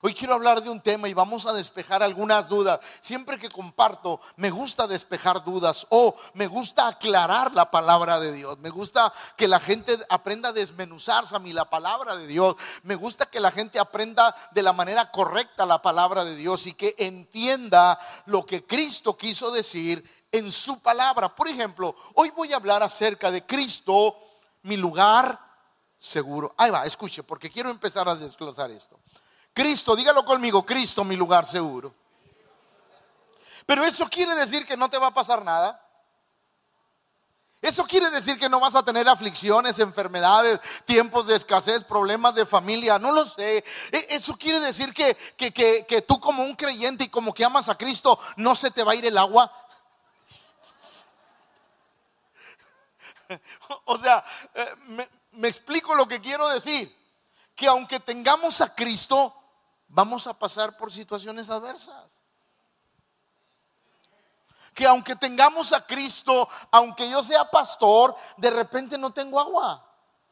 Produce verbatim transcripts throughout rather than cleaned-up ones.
Hoy quiero hablar de un tema y vamos a despejar algunas dudas. Siempre que comparto, me gusta despejar dudas o me gusta aclarar la palabra de Dios. Me gusta que la gente aprenda a desmenuzarse a mí la palabra de Dios. Me gusta que la gente aprenda de la manera correcta la palabra de Dios y que entienda lo que Cristo quiso decir en su palabra. Por ejemplo, hoy voy a hablar acerca de Cristo, mi lugar seguro. Ahí va, escuche, porque quiero empezar a desglosar esto. Cristo, dígalo conmigo, Cristo, mi lugar seguro. Pero eso quiere decir que no te va a pasar nada. Eso quiere decir que no vas a tener aflicciones, enfermedades, tiempos de escasez, problemas de familia, no lo sé. Eso quiere decir que, que, que, que tú como un creyente y como que amas a Cristo, no se te va a ir el agua. O sea, me, me explico lo que quiero decir. Que aunque tengamos a Cristo, vamos a pasar por situaciones adversas. Que aunque tengamos a Cristo, aunque yo sea pastor, de repente no tengo agua.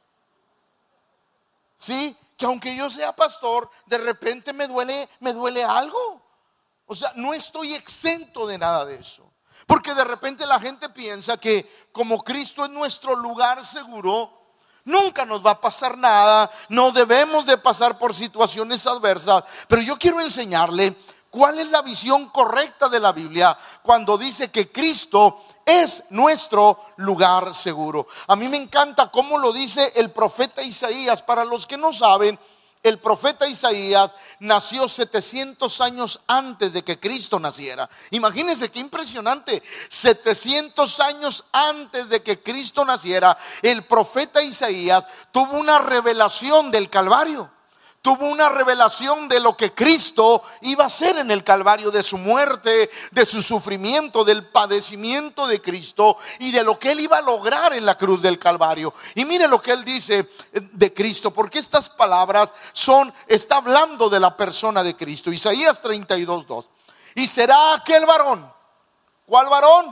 Sí, que aunque yo sea pastor, de repente me duele, me duele algo. O sea, no estoy exento de nada de eso. Porque de repente la gente piensa que como Cristo es nuestro lugar seguro, nunca nos va a pasar nada, no debemos de pasar por situaciones adversas. Pero yo quiero enseñarle cuál es la visión correcta de la Biblia cuando dice que Cristo es nuestro lugar seguro. A mí me encanta cómo lo dice el profeta Isaías. Para los que no saben, el profeta Isaías nació setecientos años antes de que Cristo naciera. Imagínense qué impresionante. setecientos años antes de que Cristo naciera, el profeta Isaías tuvo una revelación del Calvario. Tuvo una revelación de lo que Cristo iba a hacer en el Calvario, de su muerte, de su sufrimiento, del padecimiento de Cristo y de lo que Él iba a lograr en la cruz del Calvario. Y mire lo que Él dice de Cristo, porque estas palabras son, está hablando de la persona de Cristo. Isaías treinta y dos, dos. Y será aquel varón, ¿cuál varón?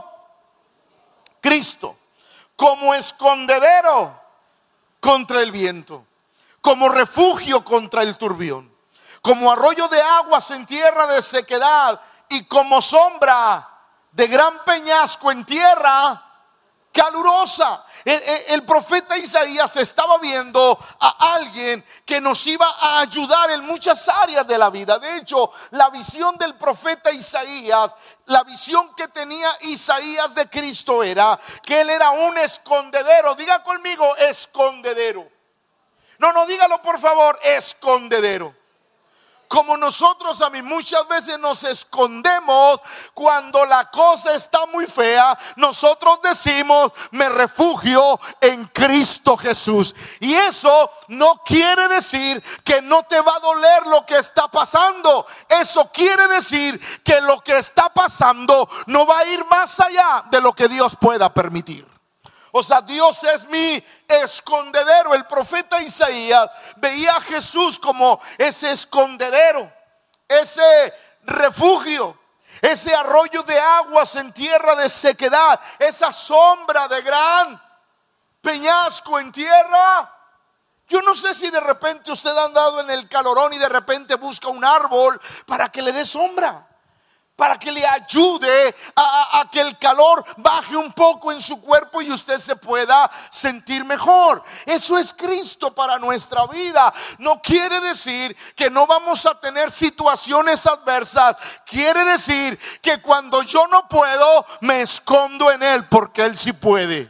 Cristo, como escondedero contra el viento, como refugio contra el turbión, como arroyo de aguas en tierra de sequedad y como sombra de gran peñasco en tierra calurosa. El, el, el profeta Isaías estaba viendo a alguien que nos iba a ayudar en muchas áreas de la vida. De hecho, la visión del profeta Isaías, la visión que tenía Isaías de Cristo era que Él era un escondedero. Diga conmigo, escondedero. No, no, dígalo por favor, escondedero. Como nosotros a mí muchas veces nos escondemos cuando la cosa está muy fea, nosotros decimos, me refugio en Cristo Jesús. Y eso no quiere decir que no te va a doler lo que está pasando. Eso quiere decir que lo que está pasando no va a ir más allá de lo que Dios pueda permitir. O sea, Dios es mi escondedero. El profeta Isaías veía a Jesús como ese escondedero, ese refugio, ese arroyo de aguas en tierra de sequedad, esa sombra de gran peñasco en tierra. Yo no sé si de repente usted ha andado en el calorón y de repente busca un árbol para que le dé sombra, para que le ayude a, a, a que el calor baje un poco en su cuerpo y usted se pueda sentir mejor. Eso es Cristo para nuestra vida. No quiere decir que no vamos a tener situaciones adversas. Quiere decir que cuando yo no puedo, me escondo en Él, porque Él sí puede.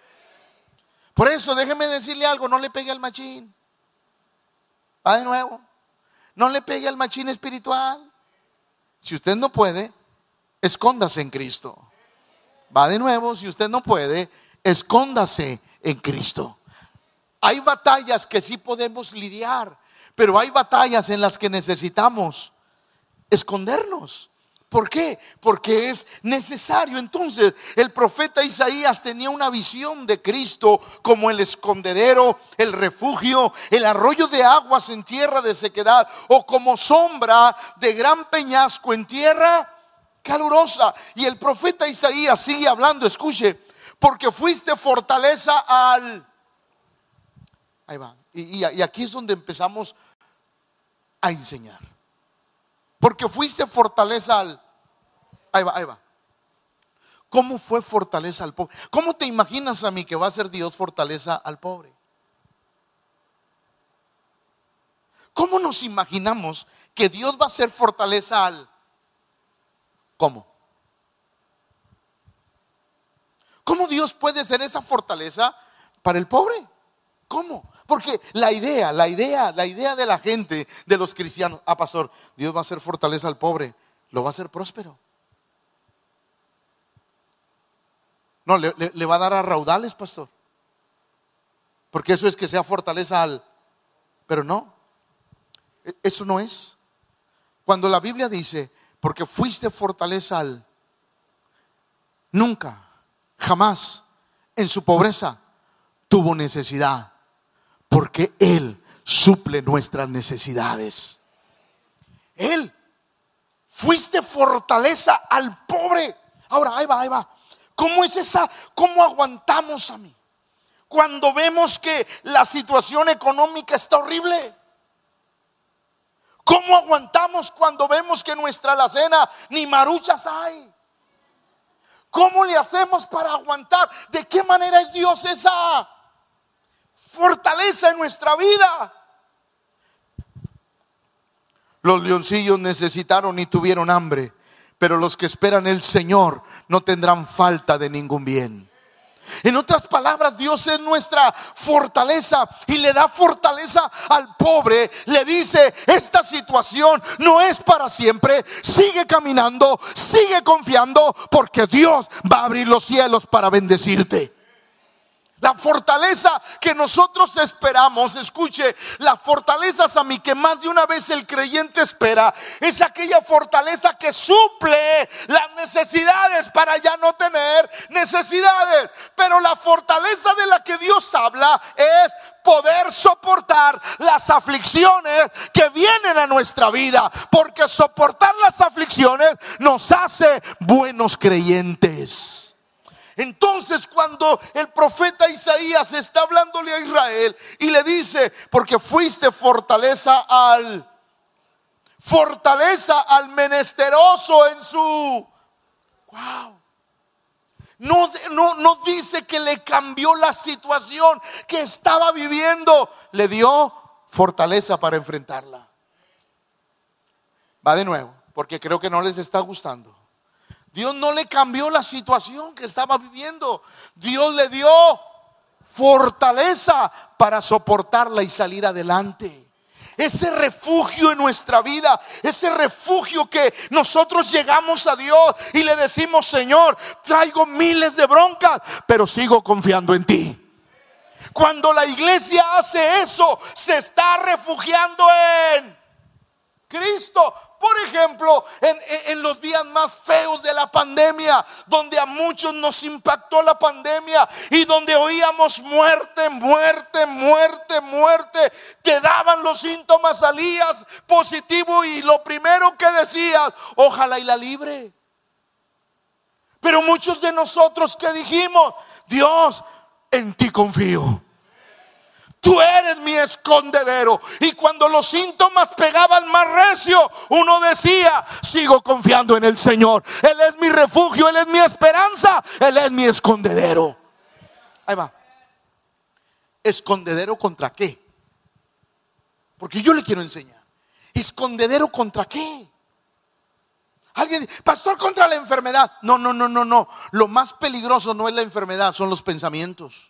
Por eso déjeme decirle algo, no le pegue al machín. Va de nuevo. No le pegue al machín espiritual. Si usted no puede, escóndase en Cristo. Va de nuevo, si usted no puede, escóndase en Cristo. Hay batallas que sí podemos lidiar, pero hay batallas en las que necesitamos escondernos. ¿Por qué? Porque es necesario. Entonces el profeta Isaías tenía una visión de Cristo como el escondedero, el refugio, el arroyo de aguas en tierra de sequedad, o como sombra de gran peñasco en tierra calurosa. Y el profeta Isaías sigue hablando, escuche, porque fuiste fortaleza al... Ahí va. Y, y, y aquí es donde empezamos a enseñar. porque fuiste fortaleza al... Ahí va, ahí va. ¿Cómo fue fortaleza al pobre? ¿Cómo te imaginas a mí que va a ser Dios fortaleza al pobre? ¿Cómo nos imaginamos que Dios va a ser fortaleza al... ¿Cómo? ¿Cómo Dios puede ser esa fortaleza para el pobre? ¿Cómo? Porque la idea, la idea, la idea de la gente, de los cristianos, ah, pastor, Dios va a ser fortaleza al pobre, lo va a hacer próspero. No, le, le, le va a dar a raudales, pastor, porque eso es que sea fortaleza al... Pero no, eso no es. Cuando la Biblia dice, porque fuiste fortaleza al... Nunca, jamás en su pobreza tuvo necesidad, porque Él suple nuestras necesidades. Él, fuiste fortaleza al pobre. Ahora, ahí va, ahí va. ¿Cómo es esa? ¿Cómo aguantamos a mí cuando vemos que la situación económica está horrible? ¿Cómo aguantamos cuando vemos que nuestra alacena ni maruchas hay? ¿Cómo le hacemos para aguantar? ¿De qué manera es Dios esa fortaleza en nuestra vida? Los leoncillos necesitaron y tuvieron hambre, pero los que esperan el Señor no tendrán falta de ningún bien. En otras palabras, Dios es nuestra fortaleza y le da fortaleza al pobre. Le dice, esta situación no es para siempre. Sigue caminando, sigue confiando, porque Dios va a abrir los cielos para bendecirte. La fortaleza que nosotros esperamos, escuche, la fortaleza, a mí, que más de una vez el creyente espera, es aquella fortaleza que suple las necesidades para ya no tener necesidades. Pero la fortaleza de la que Dios habla es poder soportar las aflicciones que vienen a nuestra vida, porque soportar las aflicciones nos hace buenos creyentes. Entonces, cuando el profeta Isaías está hablándole a Israel y le dice, porque fuiste fortaleza al fortaleza al menesteroso en su... Wow. No, no, no dice que le cambió la situación que estaba viviendo, le dio fortaleza para enfrentarla. Va de nuevo, porque creo que no les está gustando. Dios no le cambió la situación que estaba viviendo. Dios le dio fortaleza para soportarla y salir adelante. Ese refugio en nuestra vida, ese refugio que nosotros llegamos a Dios y le decimos, Señor, traigo miles de broncas, pero sigo confiando en ti. Cuando la iglesia hace eso, se está refugiando en Cristo. Por ejemplo, en, en los días más feos de la pandemia, donde a muchos nos impactó la pandemia y donde oíamos muerte, muerte, muerte, muerte, te daban los síntomas, salías positivo y lo primero que decías, ojalá y la libre. Pero muchos de nosotros que dijimos, Dios, en ti confío. Tú eres mi escondedero. Y cuando los síntomas pegaban más recio, uno decía, sigo confiando en el Señor. Él es mi refugio, Él es mi esperanza, Él es mi escondedero. Ahí va. ¿Escondedero contra qué? Porque yo le quiero enseñar. ¿Escondedero contra qué? Alguien dice, pastor, contra la enfermedad. No, no, no, no, no. Lo más peligroso no es la enfermedad, son los pensamientos.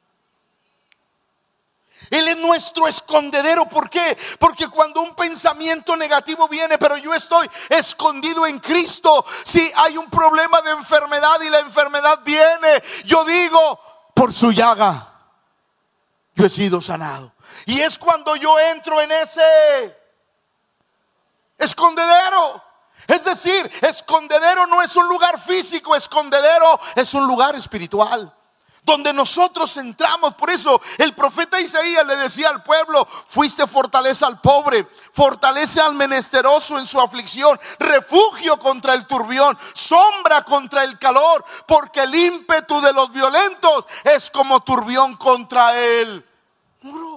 Él es nuestro escondedero. ¿Por qué? Porque cuando un pensamiento negativo viene, pero yo estoy escondido en Cristo, si hay un problema de enfermedad y la enfermedad viene, yo digo, por su llaga yo he sido sanado. Y es cuando yo entro en ese escondedero. Es decir, escondedero no es un lugar físico, escondedero es un lugar espiritual donde nosotros entramos. Por eso el profeta Isaías le decía al pueblo, fuiste fortaleza al pobre, fortaleza al menesteroso en su aflicción, refugio contra el turbión, sombra contra el calor, porque el ímpetu de los violentos es como turbión contra el muro.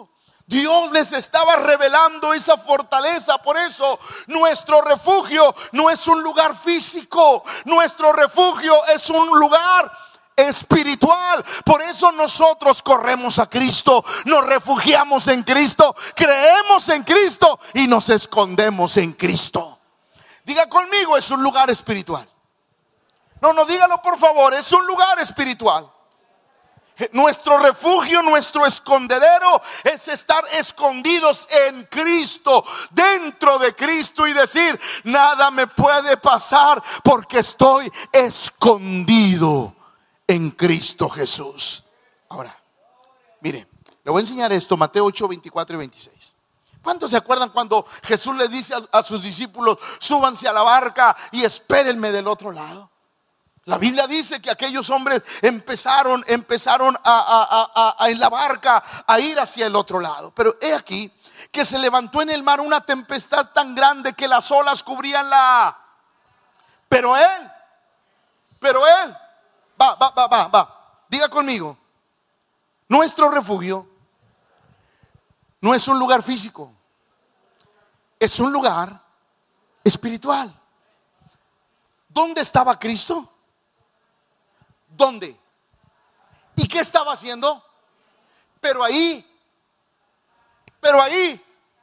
Dios les estaba revelando esa fortaleza. Por eso nuestro refugio no es un lugar físico, nuestro refugio es un lugar espiritual. Por eso nosotros corremos a Cristo, nos refugiamos en Cristo, creemos en Cristo y nos escondemos en Cristo. Diga conmigo, es un lugar espiritual. No, no, dígalo por favor, es un lugar espiritual. Nuestro refugio, nuestro escondedero es estar escondidos en Cristo, dentro de Cristo, y decir: nada me puede pasar porque estoy escondido en Cristo Jesús. Ahora, mire, le voy a enseñar esto, Mateo ocho, veinticuatro y veintiséis. ¿Cuántos se acuerdan cuando Jesús le dice a, a sus discípulos: súbanse a la barca y espérenme del otro lado? La Biblia dice que aquellos hombres empezaron, empezaron a, a, a, a en la barca a ir hacia el otro lado. Pero he aquí que se levantó en el mar una tempestad tan grande que las olas cubrían la. Pero él, pero él, va, va, va, va, va. Diga conmigo, nuestro refugio no es un lugar físico, es un lugar espiritual. ¿Dónde estaba Cristo? ¿Dónde? ¿Y qué estaba haciendo? Pero ahí, pero ahí,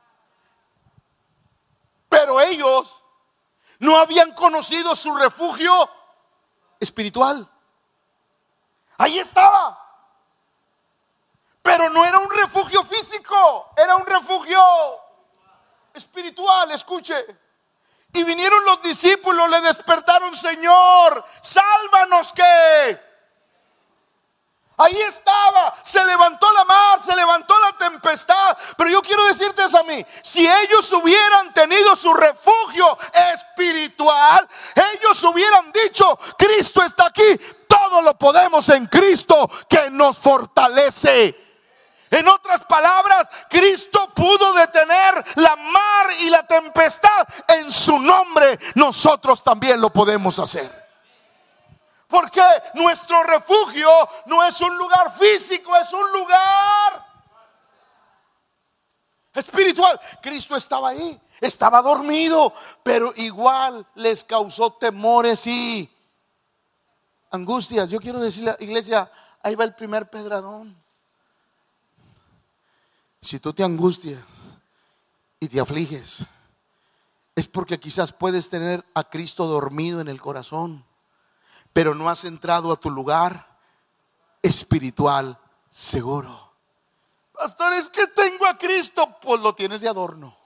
pero ellos no habían conocido su refugio espiritual. Ahí estaba, pero no era un refugio físico, era un refugio espiritual. Escuche. Y vinieron los discípulos, le despertaron: Señor, sálvanos que. Ahí estaba, se levantó la mar, se levantó la tempestad. Pero yo quiero decirte a mí, si ellos hubieran tenido su refugio espiritual, ellos hubieran dicho: Cristo está aquí, todo lo podemos en Cristo que nos fortalece. En otras palabras, Cristo pudo detener la mar y la tempestad. En su nombre nosotros también lo podemos hacer. Porque nuestro refugio no es un lugar físico, es un lugar espiritual. Cristo estaba ahí, estaba dormido, pero igual les causó temores y angustias. Yo quiero decirle, iglesia, ahí va el primer pedradón. Si tú te angustias y te afliges, es porque quizás puedes tener a Cristo dormido en el corazón, pero no has entrado a tu lugar espiritual seguro. Pastor, es que tengo a Cristo. Pues lo tienes de adorno.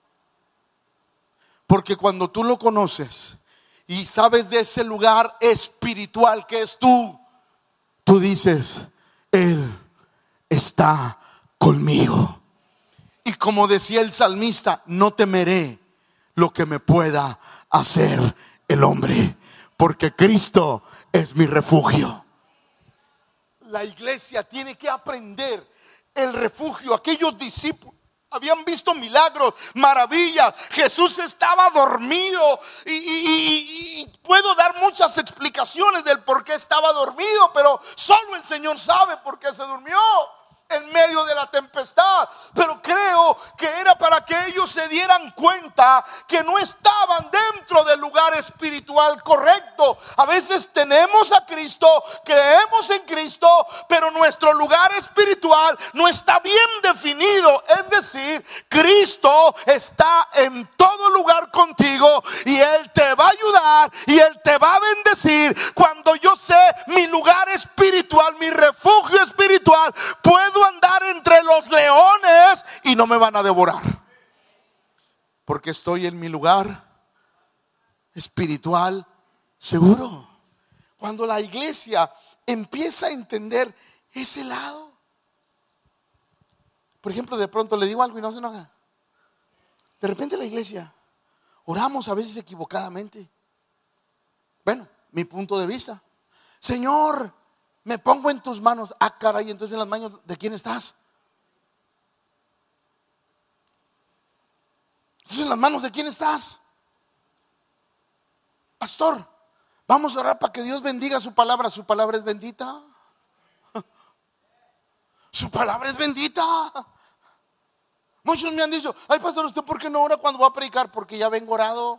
Porque cuando tú lo conoces y sabes de ese lugar espiritual que es tú, tú dices: Él está conmigo. Y como decía el salmista: no temeré lo que me pueda hacer el hombre, porque Cristo es mi refugio. La iglesia tiene que aprender el refugio. Aquellos discípulos habían visto milagros, maravillas. Jesús estaba dormido y, y, y, y puedo dar muchas explicaciones del por qué estaba dormido, pero solo el Señor sabe por qué se durmió en medio de la tempestad. Pero creo que era para que ellos se dieran cuenta que no estaban dentro del lugar espiritual correcto. A veces tenemos a Cristo, creemos en Cristo, pero nuestro lugar espiritual no está bien definido. Es decir, Cristo está en todo lugar contigo y Él te va a ayudar y Él te va a bendecir. Cuando yo sé mi lugar espiritual, mi refugio espiritual, puedo andar entre los leones y no me van a devorar, porque estoy en mi lugar espiritual seguro. Cuando la iglesia empieza a entender ese lado, por ejemplo, de pronto le digo algo y no se enoja. De repente la iglesia oramos a veces equivocadamente. Bueno, mi punto de vista: Señor, me pongo en tus manos. Ah, caray, entonces en las manos ¿de quién estás? Entonces en las manos ¿de quién estás? Pastor, vamos a orar para que Dios bendiga su palabra. Su palabra es bendita. Su palabra es bendita. Muchos me han dicho: ay, pastor, ¿usted por qué no ora cuando va a predicar? Porque ya vengo orado.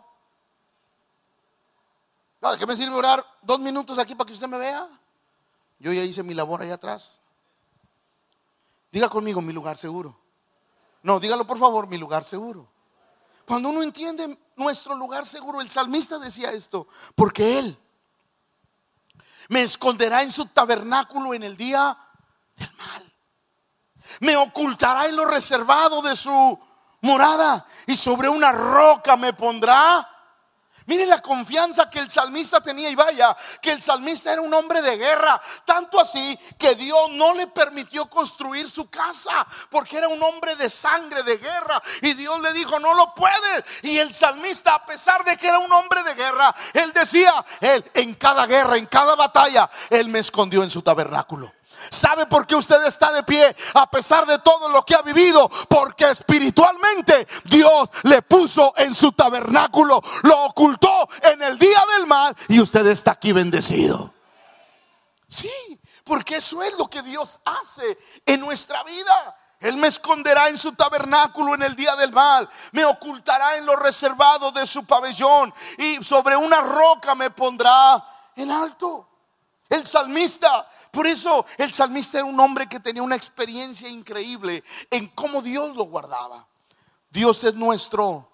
¿De qué me sirve orar dos minutos aquí para que usted me vea? Yo ya hice mi labor allá atrás. Diga conmigo: mi lugar seguro. No, dígalo por favor: mi lugar seguro. Cuando uno entiende nuestro lugar seguro, el salmista decía esto: porque Él me esconderá en su tabernáculo en el día del mal, me ocultará en lo reservado de su morada, y sobre una roca me pondrá. Miren la confianza que el salmista tenía. Y vaya que el salmista era un hombre de guerra, tanto así que Dios no le permitió construir su casa, porque era un hombre de sangre, de guerra. Y Dios le dijo: no lo puedes. Y el salmista, a pesar de que era un hombre de guerra, él decía: él en cada guerra, en cada batalla, Él me escondió en su tabernáculo. ¿Sabe por qué usted está de pie a pesar de todo lo que ha vivido? Porque espiritualmente Dios le puso en su tabernáculo, lo ocultó en el día del mal, y usted está aquí bendecido. Sí, porque eso es lo que Dios hace en nuestra vida. Él me esconderá en su tabernáculo en el día del mal, me ocultará en lo reservado de su pabellón, y sobre una roca me pondrá en alto. El salmista, por eso el salmista era un hombre que tenía una experiencia increíble en cómo Dios lo guardaba. Dios es nuestro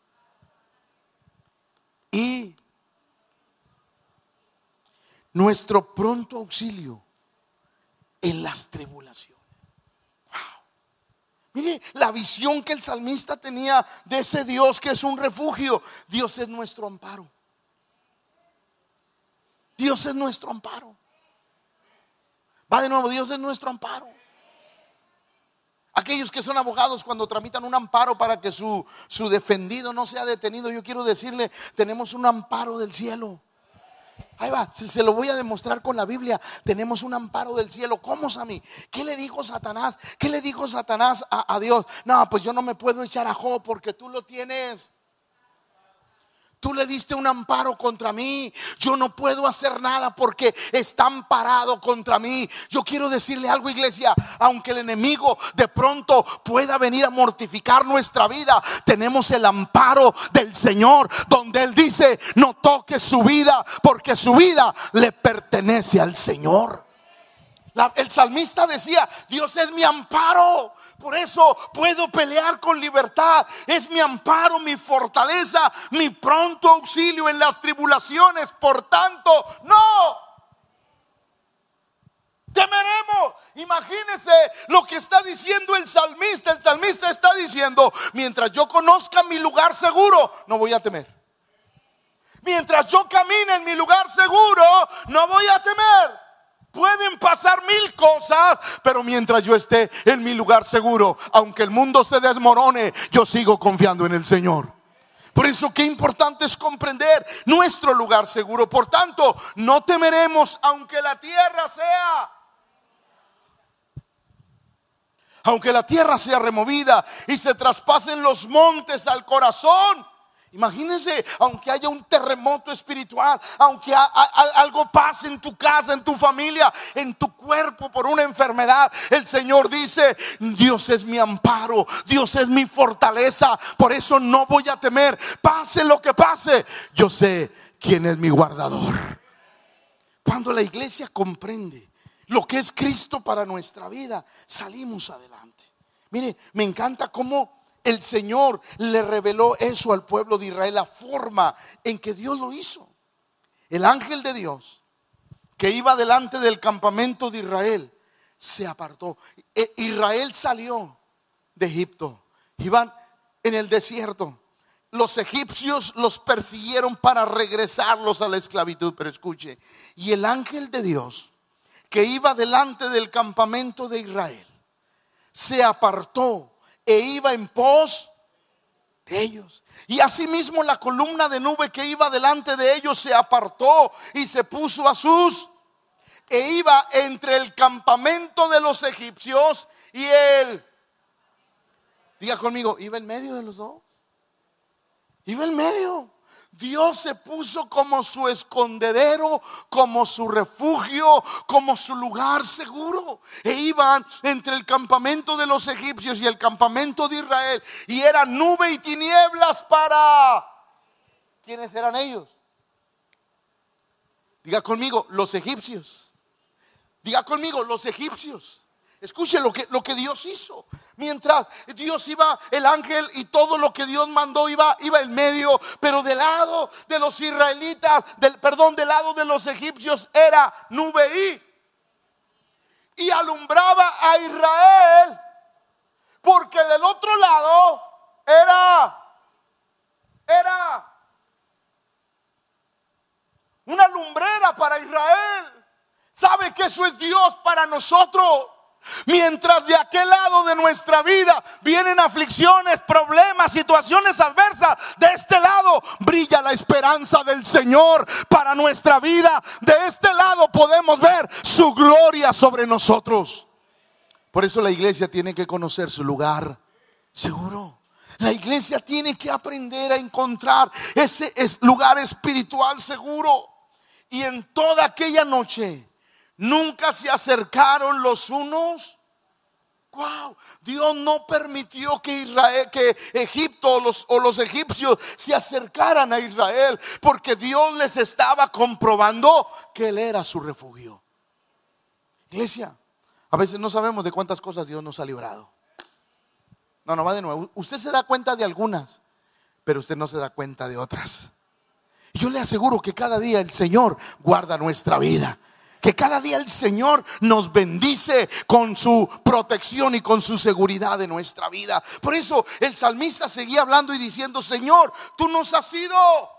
y nuestro pronto auxilio en las tribulaciones. Wow. Mire la visión que el salmista tenía de ese Dios que es un refugio. Dios es nuestro amparo. Dios es nuestro amparo. Va de nuevo: Dios es nuestro amparo. Aquellos que son abogados, cuando tramitan un amparo para que su, su defendido no sea detenido, yo quiero decirle: tenemos un amparo del cielo. Ahí va, se, se lo voy a demostrar con la Biblia. Tenemos un amparo del cielo. ¿Cómo, Sammy? ¿Qué le dijo Satanás? ¿Qué le dijo Satanás a, a Dios? No, pues yo no me puedo echar a Job porque tú lo tienes. Tú le diste un amparo contra mí. Yo no puedo hacer nada porque está amparado contra mí. Yo quiero decirle algo, iglesia: aunque el enemigo de pronto pueda venir a mortificar nuestra vida, tenemos el amparo del Señor, donde Él dice: no toques su vida, porque su vida le pertenece al Señor. La, el salmista decía: Dios es mi amparo, por eso puedo pelear con libertad. Es mi amparo, mi fortaleza, mi pronto auxilio en las tribulaciones. Por tanto, no temeremos. Imagínense lo que está diciendo el salmista. El salmista está diciendo: mientras yo conozca mi lugar seguro, no voy a temer. Mientras yo camine en mi lugar seguro, no voy a temer. Pueden pasar mil cosas, pero mientras yo esté en mi lugar seguro, aunque el mundo se desmorone, yo sigo confiando en el Señor. Por eso qué importante es comprender nuestro lugar seguro. Por tanto, no temeremos aunque la tierra sea Aunque la tierra sea removida y se traspasen los montes al corazón. Imagínense, aunque haya un terremoto espiritual, aunque a, a, a, algo pase en tu casa, en tu familia, en tu cuerpo por una enfermedad, el Señor dice: Dios es mi amparo, Dios es mi fortaleza, por eso no voy a temer. Pase lo que pase, yo sé quién es mi guardador. Cuando la iglesia comprende lo que es Cristo para nuestra vida, salimos adelante. Mire, me encanta cómo el Señor le reveló eso al pueblo de Israel, la forma en que Dios lo hizo. El ángel de Dios que iba delante del campamento de Israel se apartó. Israel salió de Egipto, iban en el desierto. Los egipcios los persiguieron para regresarlos a la esclavitud. Pero escuche, y el ángel de Dios que iba delante del campamento de Israel se apartó e iba en pos de ellos. Y asimismo la columna de nube que iba delante de ellos se apartó y se puso a sus, e iba entre el campamento de los egipcios y él. Diga conmigo: iba en medio de los dos. Iba en medio. Dios se puso como su escondedero, como su refugio, como su lugar seguro. E iban entre el campamento de los egipcios y el campamento de Israel, y era nube y tinieblas para... ¿Quiénes eran ellos? Diga conmigo, los egipcios. Diga conmigo, los egipcios. Escuche lo que, lo que Dios hizo. Mientras Dios iba, el ángel y todo lo que Dios mandó iba, iba en medio. Pero del lado de los israelitas, del, perdón, del lado de los egipcios era nube y, y alumbraba a Israel. Porque del otro lado era, era una lumbrera para Israel. ¿Sabe que eso es Dios para nosotros? Mientras de aquel lado de nuestra vida vienen aflicciones, problemas, situaciones adversas, de este lado brilla la esperanza del Señor para nuestra vida. De este lado podemos ver su gloria sobre nosotros. Por eso la iglesia tiene que conocer su lugar seguro. La iglesia tiene que aprender a encontrar ese lugar espiritual seguro. Y en toda aquella noche nunca se acercaron los unos. Wow, Dios no permitió que Israel, que Egipto o los, o los egipcios se acercaran a Israel, porque Dios les estaba comprobando que Él era su refugio. Iglesia, a veces no sabemos de cuántas cosas Dios nos ha librado. No, no va de nuevo. Usted se da cuenta de algunas, pero usted no se da cuenta de otras. Yo le aseguro que cada día el Señor guarda nuestra vida, que cada día el Señor nos bendice con su protección y con su seguridad de nuestra vida. Por eso el salmista seguía hablando y diciendo: Señor, tú nos has sido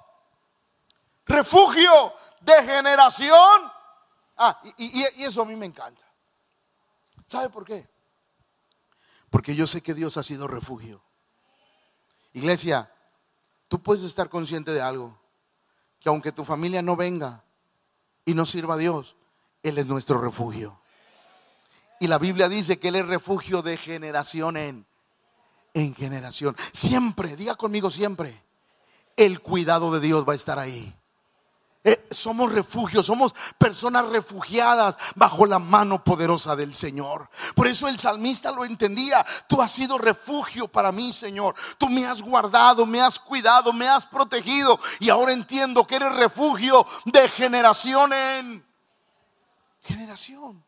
refugio de generación. Ah, y, y, y eso a mí me encanta. ¿Sabe por qué? Porque yo sé que Dios ha sido refugio. Iglesia, tú puedes estar consciente de algo: que aunque tu familia no venga y no sirva a Dios, Él es nuestro refugio. Y la Biblia dice que Él es refugio de generación en, en generación. Siempre, diga conmigo siempre, el cuidado de Dios va a estar ahí. Eh, somos refugios, somos personas refugiadas bajo la mano poderosa del Señor. Por eso el salmista lo entendía: tú has sido refugio para mí, Señor. Tú me has guardado, me has cuidado, me has protegido. Y ahora entiendo que eres refugio de generación en generación.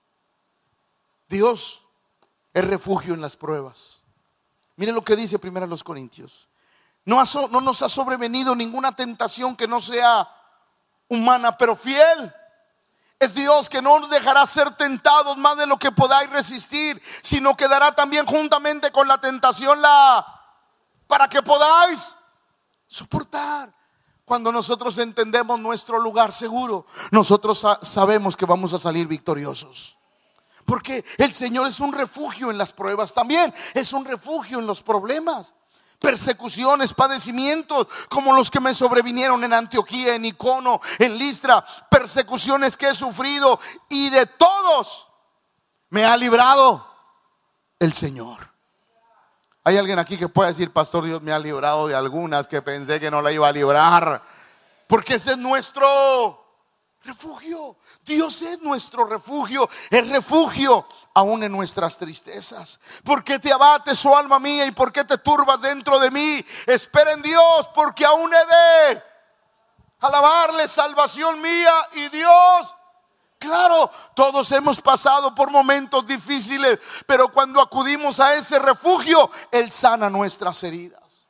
Dios es refugio en las pruebas. Miren lo que dice primero los Corintios: no, ha, no nos ha sobrevenido ninguna tentación que no sea humana, pero fiel es Dios, que no nos dejará ser tentados más de lo que podáis resistir, sino que dará también juntamente con la tentación la para que podáis soportar. Cuando nosotros entendemos nuestro lugar seguro, nosotros sabemos que vamos a salir victoriosos, porque el Señor es un refugio en las pruebas, también es un refugio en los problemas. Persecuciones, padecimientos como los que me sobrevinieron en Antioquía, en Icono, en Listra, persecuciones que he sufrido, y de todos me ha librado el Señor. Hay alguien aquí que pueda decir: pastor, Dios me ha librado de algunas que pensé que no la iba a librar. Porque ese es nuestro refugio. Dios es nuestro refugio, el refugio aún en nuestras tristezas. ¿Por qué te abates, oh alma mía, y por qué te turbas dentro de mí? Espera en Dios, porque aún he de alabarle, salvación mía y Dios. Claro, todos hemos pasado por momentos difíciles, pero cuando acudimos a ese refugio, Él sana nuestras heridas.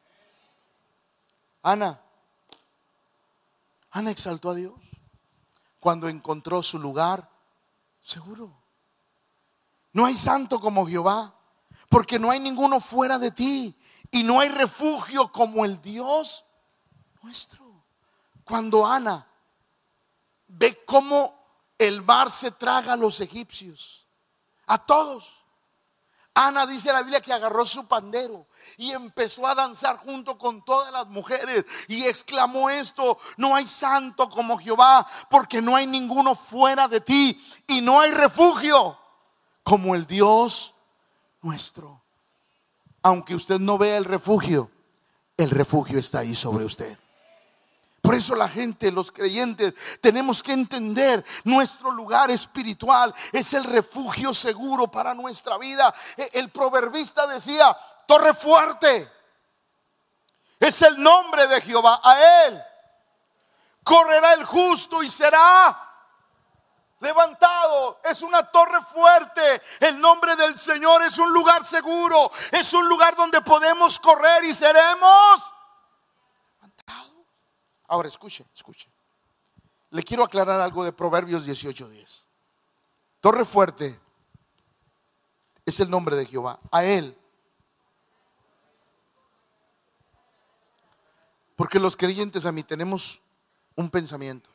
Ana, Ana exaltó a Dios cuando encontró su lugar seguro. No hay santo como Jehová, porque no hay ninguno fuera de ti, y no hay refugio como el Dios nuestro. Cuando Ana ve cómo el mar se traga a los egipcios, a todos, Ana, dice la Biblia, que agarró su pandero y empezó a danzar junto con todas las mujeres y exclamó esto: no hay santo como Jehová, porque no hay ninguno fuera de ti, y no hay refugio como el Dios nuestro. Aunque usted no vea el refugio, el refugio está ahí sobre usted. Por Por eso la gente, los creyentes, tenemos que entender nuestro lugar espiritual es el refugio seguro para nuestra vida. El proverbista decía: torre fuerte es el nombre de Jehová, a él correrá el justo y será levantado. Es una torre fuerte. El nombre del Señor es un lugar seguro, es un lugar donde podemos correr y seremos levantados. Ahora escuche, escuche. Le quiero aclarar algo de Proverbios dieciocho diez. Torre fuerte es el nombre de Jehová, a él. Porque los creyentes, a mí, tenemos un pensamiento: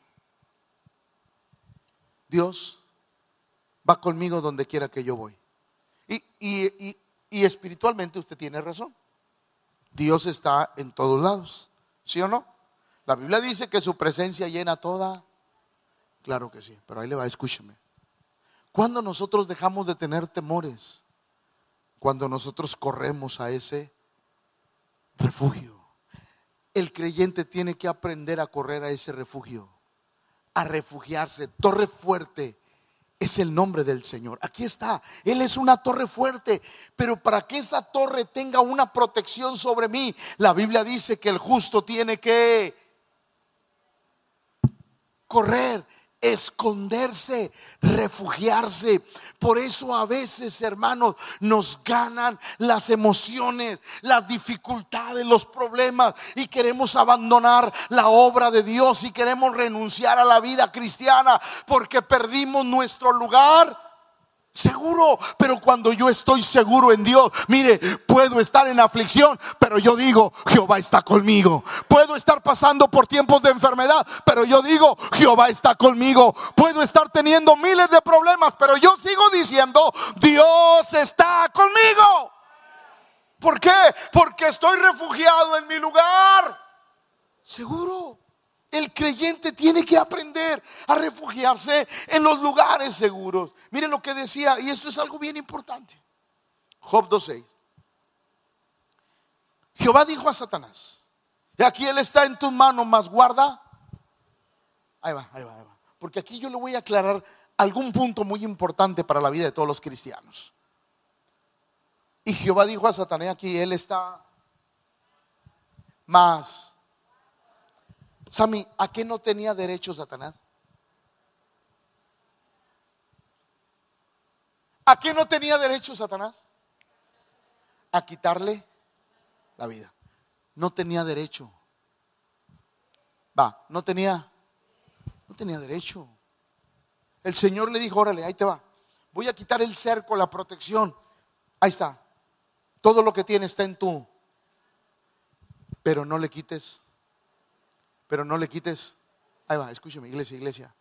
Dios va conmigo donde quiera que yo voy. Y, y, y, y espiritualmente usted tiene razón. Dios está en todos lados, ¿sí o no? La Biblia dice que su presencia llena toda. Claro que sí, pero ahí le va, escúcheme. Cuando nosotros dejamos de tener temores, cuando nosotros corremos a ese refugio. El creyente tiene que aprender a correr a ese refugio, a refugiarse. Torre fuerte es el nombre del Señor. Aquí está, Él es una torre fuerte. Pero para que esa torre tenga una protección sobre mí, la Biblia dice que el justo tiene que correr, esconderse, refugiarse. Por eso a veces, hermanos, nos ganan las emociones, las dificultades, los problemas, y queremos abandonar la obra de Dios y queremos renunciar a la vida cristiana porque perdimos nuestro lugar seguro. Pero cuando yo estoy seguro en Dios, mire, puedo estar en aflicción, pero yo digo: Jehová está conmigo. Puedo estar pasando por tiempos de enfermedad, pero yo digo: Jehová está conmigo. Puedo estar teniendo miles de problemas, pero yo sigo diciendo: Dios está conmigo. ¿Por qué? Porque estoy refugiado en mi lugar seguro. El creyente tiene que aprender a refugiarse en los lugares seguros. Mire lo que decía, y esto es algo bien importante. Job dos seis. Jehová dijo a Satanás: y aquí él está en tus manos, mas guarda. Ahí va, ahí va, ahí va. Porque aquí yo le voy a aclarar algún punto muy importante para la vida de todos los cristianos. Y Jehová dijo a Satanás: aquí él está, mas. Sammy, ¿a qué no tenía derecho Satanás? ¿A qué no tenía derecho Satanás? A quitarle la vida. No tenía derecho. Va, no tenía, no tenía derecho. El Señor le dijo: órale, ahí te va. Voy a quitar el cerco, la protección. Ahí está. Todo lo que tiene está en tú. Pero no le quites. Pero no le quites. Ahí va, escúcheme, iglesia, iglesia.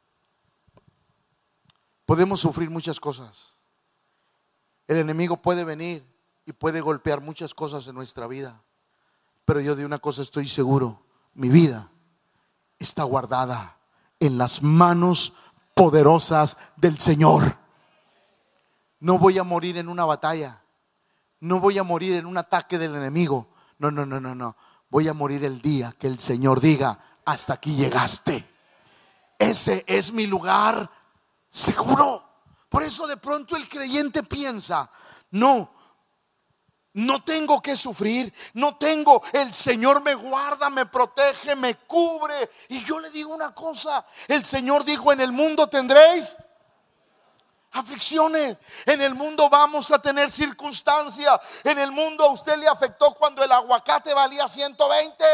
Podemos sufrir muchas cosas. El enemigo puede venir y puede golpear muchas cosas en nuestra vida. Pero yo de una cosa estoy seguro: mi vida está guardada en las manos poderosas del Señor. No voy a morir en una batalla. No voy a morir en un ataque del enemigo. No, no, no, no, no. Voy a morir el día que el Señor diga: hasta aquí llegaste. Ese es mi lugar seguro. Por eso de pronto el creyente piensa: no, no tengo que sufrir, no tengo, el Señor me guarda, me protege, me cubre. Y yo le digo una cosa: el Señor dijo: en el mundo tendréis aflicciones, en el mundo vamos a tener circunstancias. En el mundo a usted le afectó cuando el aguacate valía ciento veinte,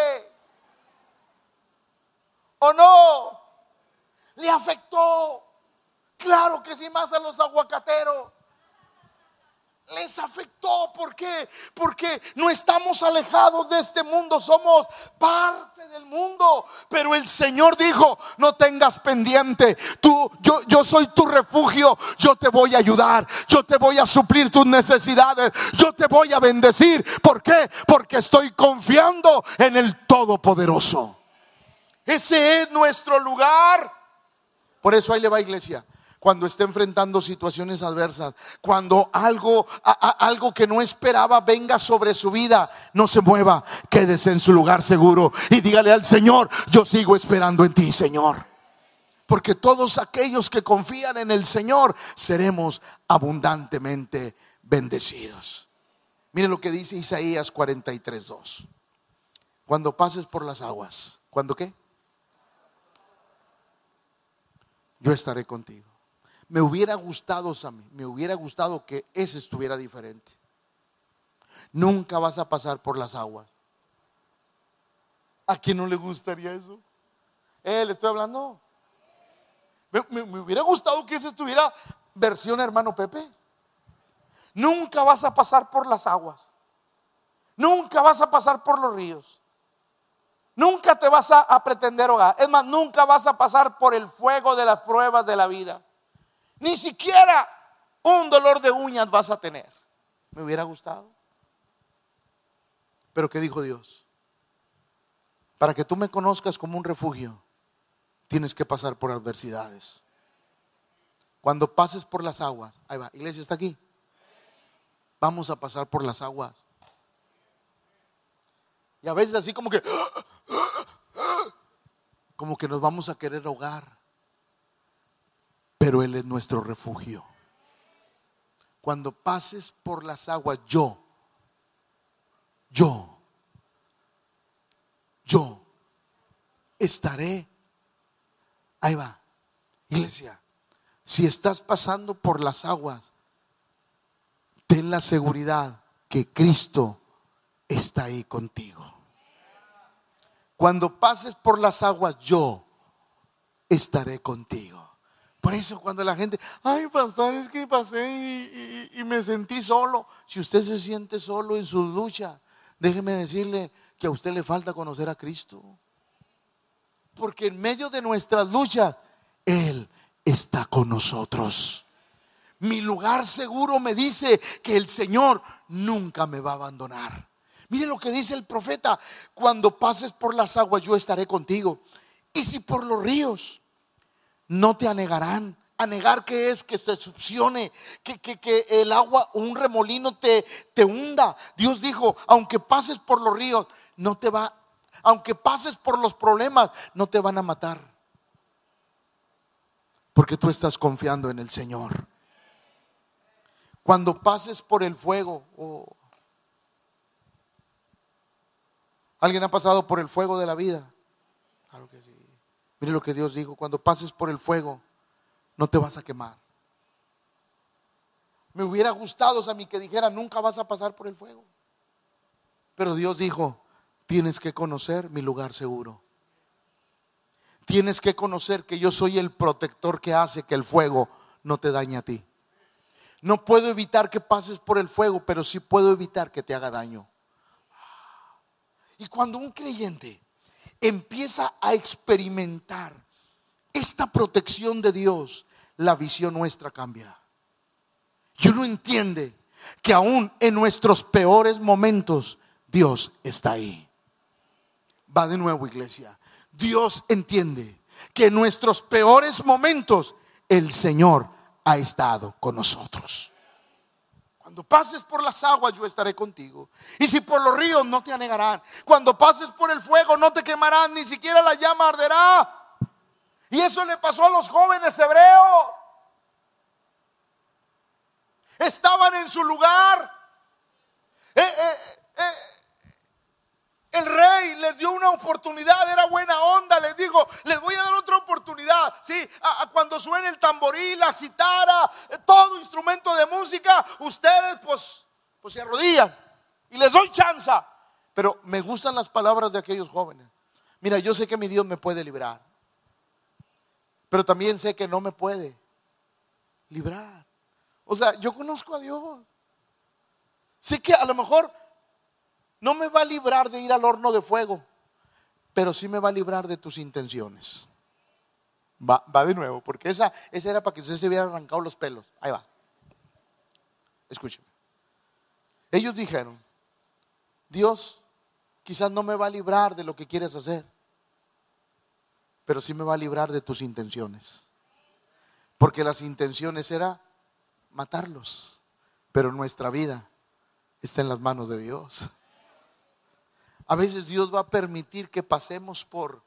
¿o no? Le afectó. Claro que sí, más a los aguacateros les afectó. ¿Por qué? Porque no estamos alejados de este mundo, somos parte del mundo. Pero el Señor dijo: no tengas pendiente. Tú, yo, yo soy tu refugio. Yo te voy a ayudar. Yo te voy a suplir tus necesidades. Yo te voy a bendecir. ¿Por qué? Porque estoy confiando en el Todopoderoso. Ese es nuestro lugar. Por eso ahí le va, iglesia. Cuando esté enfrentando situaciones adversas, cuando algo, a, a, algo que no esperaba venga sobre su vida, no se mueva, quédese en su lugar seguro y dígale al Señor: yo sigo esperando en ti, Señor. Porque todos aquellos que confían en el Señor seremos abundantemente bendecidos. Mire lo que dice Isaías cuarenta y tres, dos. Cuando pases por las aguas, ¿cuándo qué? Yo estaré contigo. Me hubiera gustado, Sammy, me hubiera gustado que ese estuviera diferente. Nunca vas a pasar por las aguas. ¿A quién no le gustaría eso? Eh, le estoy hablando. Me, me, me hubiera gustado que ese estuviera versión hermano Pepe. Nunca vas a pasar por las aguas. Nunca vas a pasar por los ríos. Nunca te vas a, a pretender ahogar. Es más, nunca vas a pasar por el fuego de las pruebas de la vida. Ni siquiera un dolor de uñas vas a tener. Me hubiera gustado. Pero ¿qué dijo Dios? Para que tú me conozcas como un refugio, tienes que pasar por adversidades. Cuando pases por las aguas, ahí va, iglesia, está aquí. Vamos a pasar por las aguas. Y a veces así como que como que nos vamos a querer ahogar. Pero Él es nuestro refugio. Cuando pases por las aguas, yo Yo Yo estaré. Ahí va, iglesia. Si estás pasando por las aguas, ten la seguridad que Cristo está ahí contigo. Cuando pases por las aguas, yo estaré contigo. Por eso cuando la gente: ay, pastor, es que pasé y, y, y me sentí solo. Si usted se siente solo en su lucha, déjeme decirle que a usted le falta conocer a Cristo. Porque en medio de nuestras luchas, Él está con nosotros. Mi lugar seguro me dice que el Señor nunca me va a abandonar. Mire lo que dice el profeta: cuando pases por las aguas, yo estaré contigo. Y si por los ríos, no te anegarán. Anegar, ¿qué es? Que se succione, que, que, que el agua, un remolino te, te hunda. Dios dijo: aunque pases por los ríos, no te va, aunque pases por los problemas, no te van a matar. Porque tú estás confiando en el Señor. Cuando pases por el fuego, oh. ¿Alguien ha pasado por el fuego de la vida? Claro que sí. Mire lo que Dios dijo: cuando pases por el fuego, no te vas a quemar. Me hubiera gustado a mí que dijera: nunca vas a pasar por el fuego. Pero Dios dijo: tienes que conocer mi lugar seguro. Tienes que conocer que yo soy el protector que hace que el fuego no te dañe a ti. No puedo evitar que pases por el fuego, pero sí puedo evitar que te haga daño. Y cuando un creyente empieza a experimentar esta protección de Dios, la visión nuestra cambia. Y uno entiende que aún en nuestros peores momentos, Dios está ahí. Va de nuevo, iglesia. Dios entiende que en nuestros peores momentos el Señor ha estado con nosotros. Cuando pases por las aguas, yo estaré contigo. Y si por los ríos, no te anegarán. Cuando pases por el fuego, no te quemarán, ni siquiera la llama arderá. Y eso le pasó a los jóvenes hebreos. Estaban en su lugar. Eh, eh, eh. El rey les dio una oportunidad, era buena onda, les dijo: les voy a dar otra oportunidad. Sí, a, a cuando suene el tamboril, la citara, eh, todo instrumento de música, ustedes pues, pues se arrodillan y les doy chance. Pero me gustan las palabras de aquellos jóvenes. Mira, yo sé que mi Dios me puede librar, pero también sé que no me puede librar. O sea, yo conozco a Dios. Sé que a lo mejor no me va a librar de ir al horno de fuego, pero sí me va a librar de tus intenciones. Va, va de nuevo, porque esa, esa era para que usted se hubiera arrancado los pelos. Ahí va. Escúcheme. Ellos dijeron: Dios quizás no me va a librar de lo que quieres hacer, pero sí me va a librar de tus intenciones. porque las intenciones era matarlos. Pero nuestra vida está en las manos de Dios. A veces Dios va a permitir que pasemos por,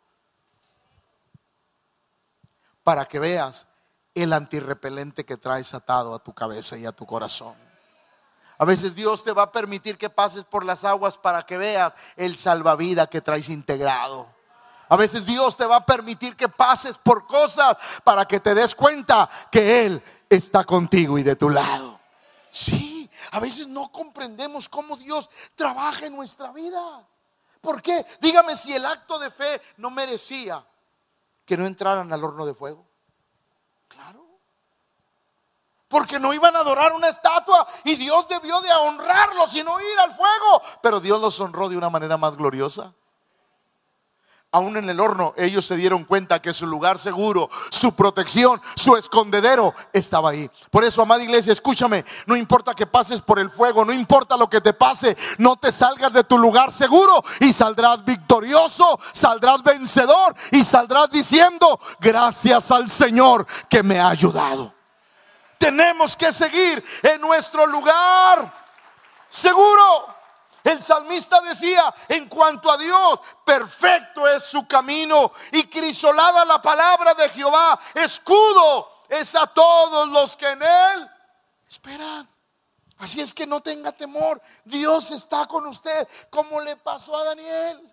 para que veas el antirrepelente que traes atado a tu cabeza y a tu corazón. A veces Dios te va a permitir que pases por las aguas para que veas el salvavidas que traes integrado. A veces Dios te va a permitir que pases por cosas para que te des cuenta que Él está contigo y de tu lado. Sí, a veces no comprendemos cómo Dios trabaja en nuestra vida. ¿Por qué? Dígame si el acto de fe no merecía que no entraran al horno de fuego. Claro. Porque no iban a adorar una estatua y Dios debió de honrarlos y no ir al fuego. Pero Dios los honró de una manera más gloriosa. Aún en el horno ellos se dieron cuenta que su lugar seguro, su protección, su escondedero estaba ahí. Por eso, amada iglesia, escúchame, no importa que pases por el fuego, no importa lo que te pase, no te salgas de tu lugar seguro y saldrás victorioso, saldrás vencedor y saldrás diciendo: gracias al Señor que me ha ayudado. Tenemos que seguir en nuestro lugar seguro. El salmista decía: en cuanto a Dios, perfecto es su camino y crisolada la palabra de Jehová. Escudo es a todos los que en Él esperan. Así es que no tenga temor. Dios está con usted, como le pasó a Daniel.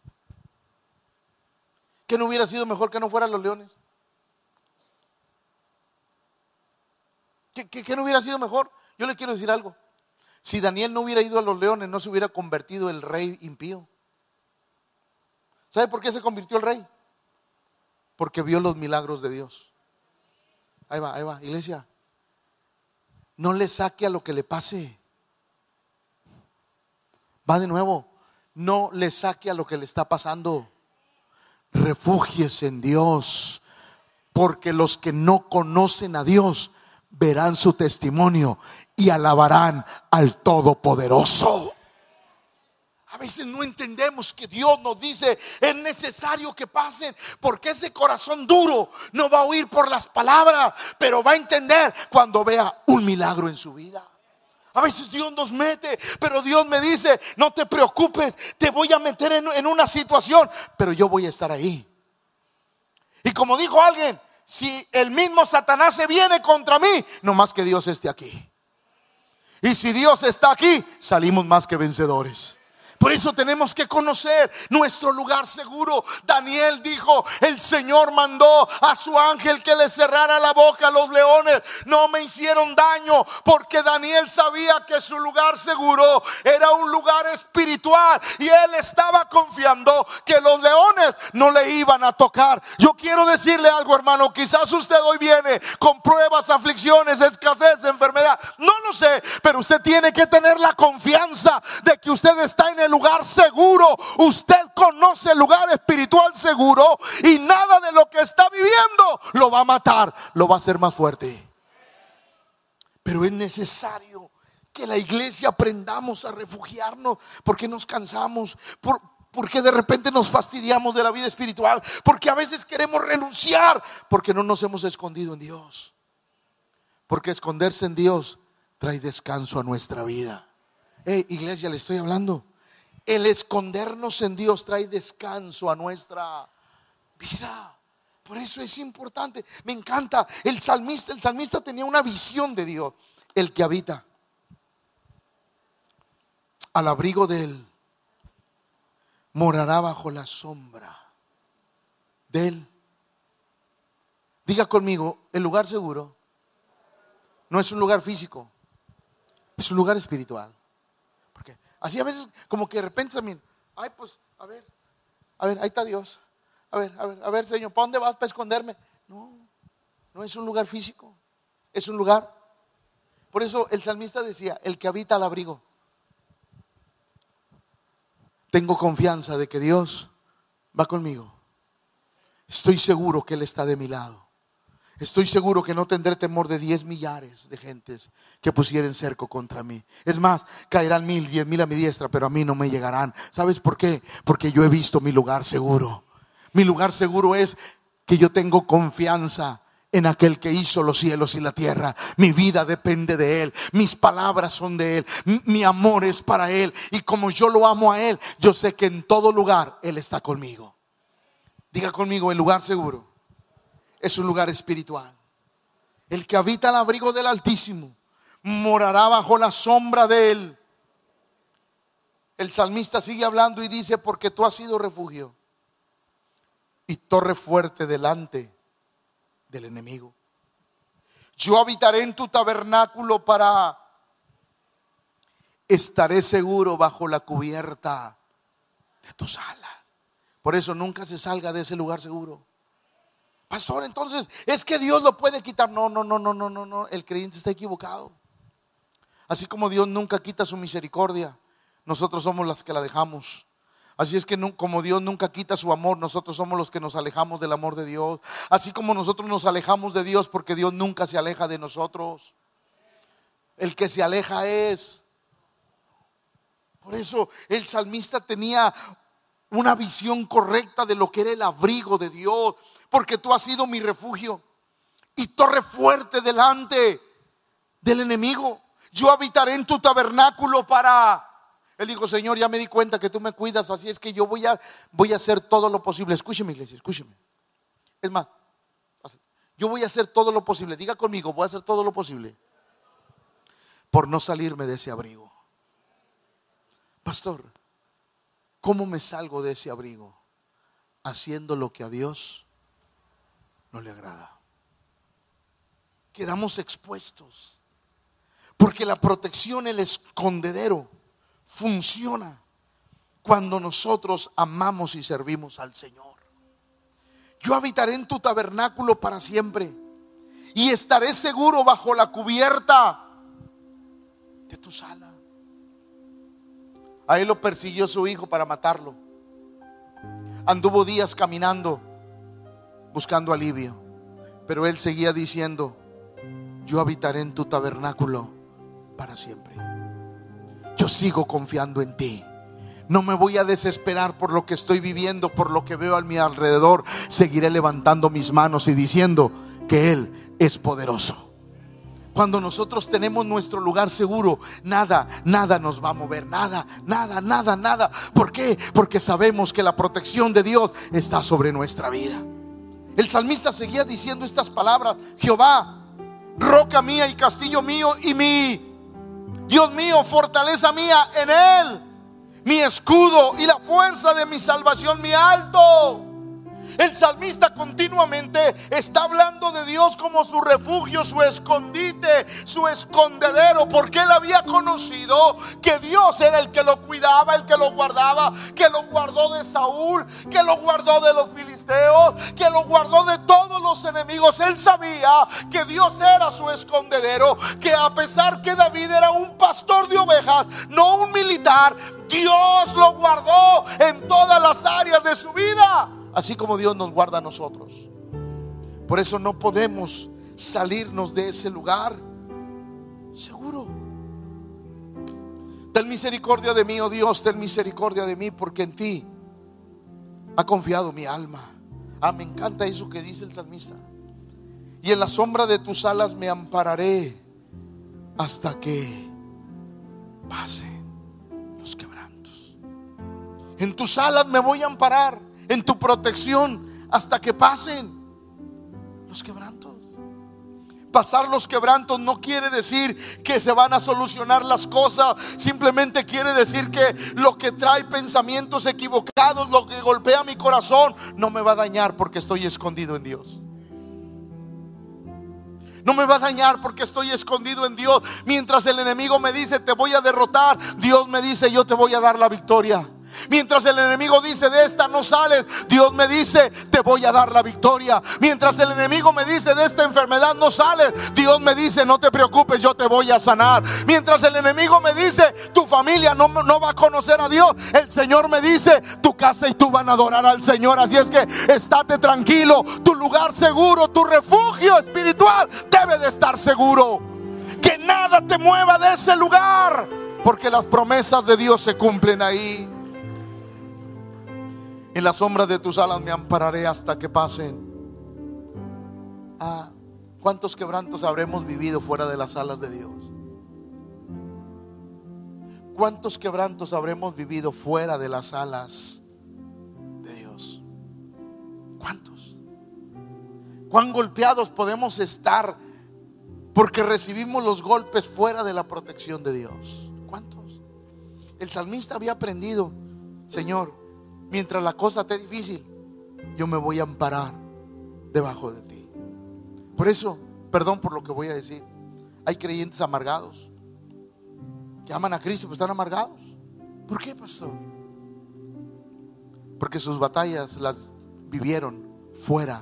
¿Que no hubiera sido mejor que no fueran los leones? ¿Que, que, que no hubiera sido mejor? Yo le quiero decir algo. Si Daniel no hubiera ido a los leones, no se hubiera convertido el rey impío. ¿Sabe por qué se convirtió el rey? Porque vio los milagros de Dios. Ahí va, ahí va, iglesia. No le saque a lo que le pase. Va de nuevo. No le saque a lo que le está pasando. Refúgiese en Dios. Porque los que no conocen a Dios verán su testimonio y alabarán al Todopoderoso. A veces no entendemos que Dios nos dice: es necesario que pasen, porque ese corazón duro no va a oír por las palabras, pero va a entender cuando vea un milagro en su vida. A veces Dios nos mete, pero Dios me dice: no te preocupes, te voy a meter en, en una situación, pero yo voy a estar ahí. Y como dijo alguien: si el mismo Satanás se viene contra mí, no más que Dios esté aquí. Y si Dios está aquí, salimos más que vencedores. Por eso tenemos que conocer nuestro lugar seguro. Daniel dijo: el Señor mandó a su ángel que le cerrara la boca a los leones. No me hicieron daño, porque Daniel sabía que su lugar seguro era un lugar espiritual, y él estaba confiando que los leones no le iban a tocar. Yo quiero decirle algo, hermano. Quizás usted hoy viene con pruebas, aflicciones, escasez, enfermedad, no lo sé, pero usted tiene que tener la confianza de que usted está en el lugar seguro. Usted conoce el lugar espiritual seguro, y nada de lo que está viviendo lo va a matar, lo va a hacer más fuerte. Pero es necesario que la iglesia aprendamos a refugiarnos, porque nos cansamos, por, porque de repente nos fastidiamos de la vida espiritual, porque a veces queremos renunciar, porque no nos hemos escondido en Dios. Porque esconderse en Dios trae descanso a nuestra vida. Hey, iglesia, le estoy hablando. El escondernos en Dios trae descanso a nuestra vida. Por eso es importante. Me encanta el salmista. El salmista tenía una visión de Dios. El que habita al abrigo de Él morará bajo la sombra de Él. Diga conmigo: el lugar seguro no es un lugar físico, es un lugar espiritual. Así a veces como que de repente también: ay, pues, a ver, a ver, ahí está Dios. A ver, a ver, a ver, Señor, ¿para dónde vas para esconderme? No, no es un lugar físico, es un lugar. Por eso el salmista decía: el que habita al abrigo. Tengo confianza de que Dios va conmigo. Estoy seguro que Él está de mi lado. Estoy seguro que no tendré temor de diez millares de gentes que pusieren cerco contra mí. Es más, caerán mil, diez mil a mi diestra, pero a mí no me llegarán. ¿Sabes por qué? Porque yo he visto mi lugar seguro. Mi lugar seguro es que yo tengo confianza en aquel que hizo los cielos y la tierra. Mi vida depende de Él, mis palabras son de Él, mi, mi amor es para Él. Y como yo lo amo a Él, yo sé que en todo lugar Él está conmigo. Diga conmigo: el lugar seguro es un lugar espiritual. El que habita al abrigo del Altísimo morará bajo la sombra de Él. El salmista sigue hablando y dice: porque tú has sido refugio y torre fuerte delante del enemigo. Yo habitaré en tu tabernáculo, para estaré seguro bajo la cubierta de tus alas. Por eso nunca se salga de ese lugar seguro. Pastor, entonces es que Dios lo puede quitar. No, no, no, no, no, no, no. El creyente está equivocado. Así como Dios nunca quita su misericordia, nosotros somos los que la dejamos. Así es que como Dios nunca quita su amor, nosotros somos los que nos alejamos del amor de Dios. Así como nosotros nos alejamos de Dios, porque Dios nunca se aleja de nosotros. El que se aleja es. Por eso el salmista tenía una visión correcta de lo que era el abrigo de Dios. Porque tú has sido mi refugio y torre fuerte delante del enemigo. Yo habitaré en tu tabernáculo para... Él dijo: Señor, ya me di cuenta que tú me cuidas, así es que yo voy a, voy a hacer todo lo posible. Escúcheme, iglesia, escúcheme. Es más, yo voy a hacer todo lo posible. Diga conmigo: voy a hacer todo lo posible por no salirme de ese abrigo. Pastor, ¿cómo me salgo de ese abrigo? Haciendo lo que a Dios no le agrada. Quedamos expuestos, porque la protección, el escondedero, funciona cuando nosotros amamos y servimos al Señor. Yo habitaré en tu tabernáculo para siempre y estaré seguro bajo la cubierta de tus alas. A él lo persiguió su hijo para matarlo. Anduvo días caminando buscando alivio, pero él seguía diciendo: yo habitaré en tu tabernáculo para siempre. Yo sigo confiando en ti. No me voy a desesperar por lo que estoy viviendo, por lo que veo a mi alrededor. Seguiré levantando mis manos y diciendo que Él es poderoso. Cuando nosotros tenemos nuestro lugar seguro, nada, nada nos va a mover. Nada, nada, nada, nada. ¿Por qué? Porque sabemos que la protección de Dios está sobre nuestra vida. El salmista seguía diciendo estas palabras: Jehová, roca mía y castillo mío y mi Dios mío, fortaleza mía, en Él mi escudo y la fuerza de mi salvación, mi alto. El salmista continuamente está hablando de Dios como su refugio, su escondite, su escondedero, porque él había conocido que Dios era el que lo cuidaba, el que lo guardaba, que lo guardó de Saúl, que lo guardó de los filisteos, que lo guardó de todos los enemigos. Él sabía que Dios era su escondedero, que a pesar que David era un pastor de ovejas, no un militar, Dios lo guardó en todas las áreas de su vida, así como Dios nos guarda a nosotros. Por eso no podemos salirnos de ese lugar seguro. Ten misericordia de mí, oh Dios, ten misericordia de mí, porque en ti ha confiado mi alma. Ah, me encanta eso que dice el salmista. Y en la sombra de tus alas me ampararé hasta que pasen los quebrantos. En tus alas me voy a amparar, en tu protección, hasta que pasen los quebrantos. Pasar los quebrantos no quiere decir que se van a solucionar las cosas. Simplemente quiere decir que lo que trae pensamientos equivocados, lo que golpea mi corazón, no me va a dañar porque estoy escondido en Dios. No me va a dañar porque estoy escondido en Dios. Mientras el enemigo me dice: te voy a derrotar, Dios me dice: yo te voy a dar la victoria. Mientras el enemigo dice: de esta no sales, Dios me dice: te voy a dar la victoria. Mientras el enemigo me dice: de esta enfermedad no sales, Dios me dice: no te preocupes, yo te voy a sanar. Mientras el enemigo me dice: tu familia no, no va a conocer a Dios, el Señor me dice: tu casa y tú van a adorar al Señor. Así es que estate tranquilo. Tu lugar seguro, tu refugio espiritual debe de estar seguro. Que nada te mueva de ese lugar, porque las promesas de Dios se cumplen ahí. En la sombra de tus alas me ampararé hasta que pasen. Ah, ¿Cuántos quebrantos habremos vivido fuera de las alas de Dios? ¿Cuántos quebrantos habremos vivido fuera de las alas de Dios? ¿Cuántos? ¿Cuán golpeados podemos estar porque recibimos los golpes fuera de la protección de Dios? ¿Cuántos? El salmista había aprendido: Señor, mientras la cosa esté difícil, yo me voy a amparar debajo de ti. Por eso, perdón por lo que voy a decir, hay creyentes amargados que aman a Cristo pero están amargados. ¿Por qué, pastor? Porque sus batallas las vivieron fuera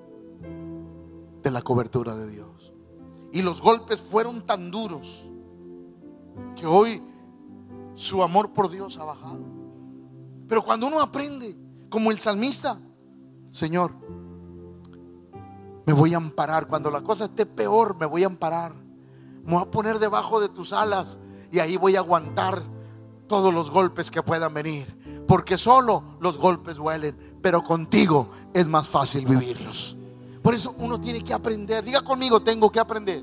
de la cobertura de Dios, y los golpes fueron tan duros que hoy su amor por Dios ha bajado. Pero cuando uno aprende, como el salmista: Señor, me voy a amparar, cuando la cosa esté peor, me voy a amparar, me voy a poner debajo de tus alas, y ahí voy a aguantar todos los golpes que puedan venir, porque solo los golpes duelen, pero contigo es más fácil vivirlos. Por eso uno tiene que aprender, diga conmigo, tengo que aprender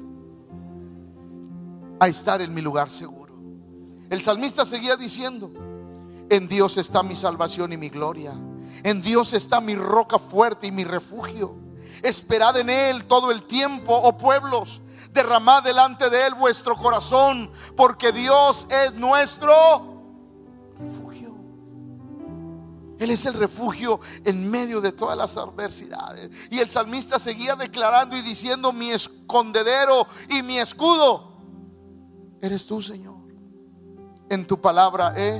a estar en mi lugar seguro. El salmista seguía diciendo: en Dios está mi salvación y mi gloria, en Dios está mi roca fuerte y mi refugio. Esperad en Él todo el tiempo, oh pueblos, derramad delante de Él vuestro corazón, porque Dios es nuestro refugio. Él es el refugio en medio de todas las adversidades. Y el salmista seguía declarando y diciendo: mi escondedero y mi escudo eres tú, Señor. En tu palabra he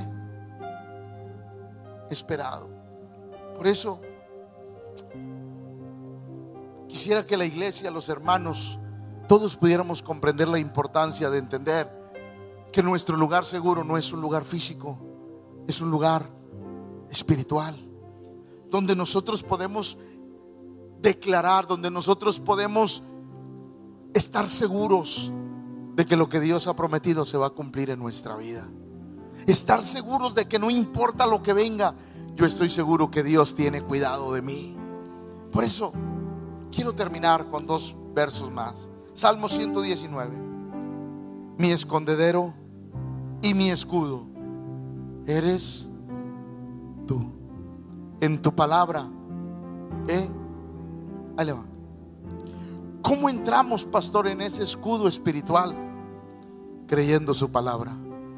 esperado. Por eso quisiera que la iglesia, los hermanos, todos pudiéramos comprender la importancia de entender que nuestro lugar seguro no es un lugar físico, es un lugar espiritual, donde nosotros podemos declarar, donde nosotros podemos estar seguros de que lo que Dios ha prometido se va a cumplir en nuestra vida. Estar seguros de que no importa lo que venga, yo estoy seguro que Dios tiene cuidado de mí. Por eso quiero terminar con dos versos más. Salmo ciento diecinueve. Mi escondedero y mi escudo eres tú. En tu palabra ¿eh? Ahí le va. ¿Cómo entramos, pastor, en ese escudo espiritual? Creyendo su palabra.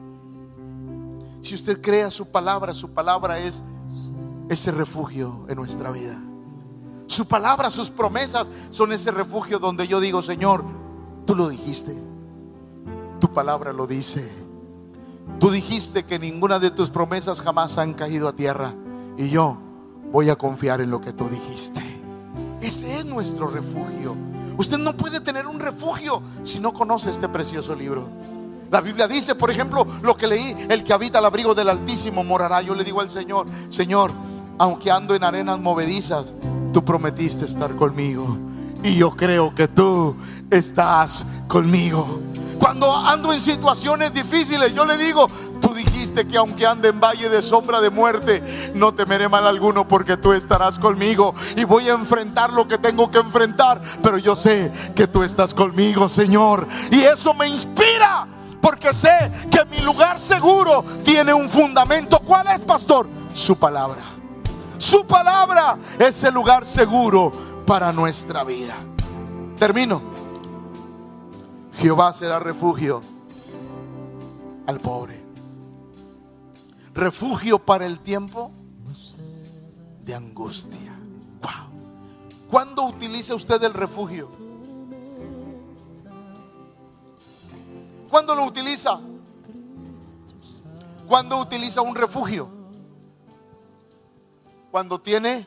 Si usted crea su palabra, su palabra es ese refugio en nuestra vida. Su palabra, sus promesas son ese refugio donde yo digo: Señor, tú lo dijiste, tu palabra lo dice. Tú dijiste que ninguna de tus promesas jamás han caído a tierra, y yo voy a confiar en lo que tú dijiste. Ese es nuestro refugio. Usted no puede tener un refugio si no conoce este precioso libro. La Biblia dice, por ejemplo, lo que leí: el que habita al abrigo del Altísimo morará. Yo le digo al Señor: Señor, aunque ando en arenas movedizas, tú prometiste estar conmigo, y yo creo que tú estás conmigo. Cuando ando en situaciones difíciles, yo le digo: tú dijiste que aunque ande en valle de sombra de muerte, no temeré mal alguno, porque tú estarás conmigo, y voy a enfrentar lo que tengo que enfrentar, pero yo sé que tú estás conmigo, Señor. Y eso me inspira, porque sé que mi lugar seguro tiene un fundamento. ¿Cuál es, pastor? Su palabra. Su palabra es el lugar seguro para nuestra vida. Termino. Jehová será refugio al pobre, refugio para el tiempo de angustia. Wow. ¿Cuándo utiliza usted el refugio? ¿Cuándo lo utiliza? ¿Cuándo utiliza un refugio? Cuando tiene.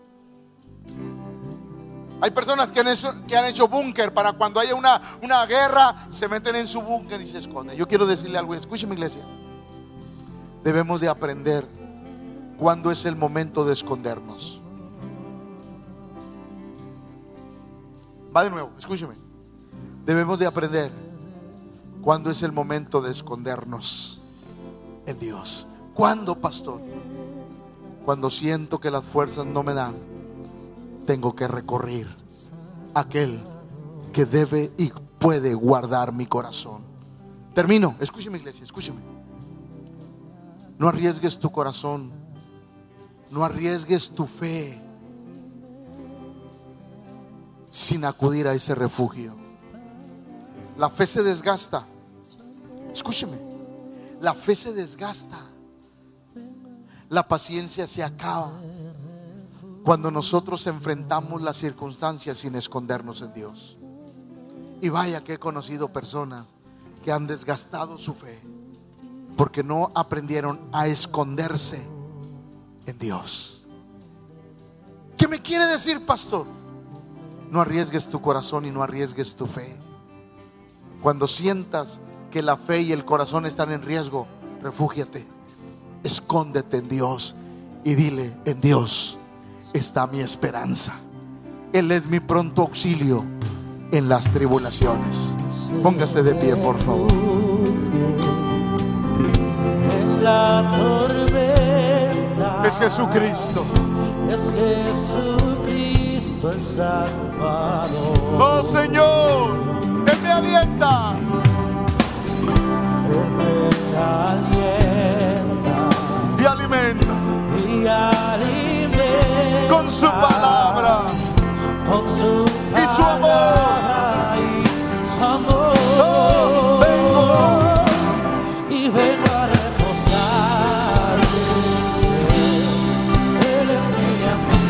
Hay personas que han hecho, que han hecho búnker para cuando haya una, una guerra, se meten en su búnker y se esconden. Yo quiero decirle algo, escúcheme, iglesia. Debemos de aprender cuándo es el momento de escondernos. Va de nuevo, escúcheme. Debemos de aprender cuándo es el momento de escondernos en Dios. ¿Cuándo, pastor? Cuando siento que las fuerzas no me dan, tengo que recurrir a aquel que debe y puede guardar mi corazón. Termino, escúcheme, iglesia, escúcheme. No arriesgues tu corazón, no arriesgues tu fe sin acudir a ese refugio. La fe se desgasta. Escúcheme, la fe se desgasta. La paciencia se acaba cuando nosotros enfrentamos las circunstancias sin escondernos en Dios. Y vaya que he conocido personas que han desgastado su fe porque no aprendieron a esconderse en Dios. ¿Qué me quiere decir, pastor? No arriesgues tu corazón y no arriesgues tu fe. Cuando sientas que la fe y el corazón están en riesgo, refúgiate, escóndete en Dios y dile: en Dios está mi esperanza. Él es mi pronto auxilio en las tribulaciones. Póngase de pie, por favor. En la tormenta Es Jesucristo. es Jesucristo el Salvador. Oh Señor, Él me alienta. Él me alienta Y alimenta y alimenta con su palabra con su y su amor. palabra y su amor. Oh, vengo. Y vengo a reposar en Él. Él es mi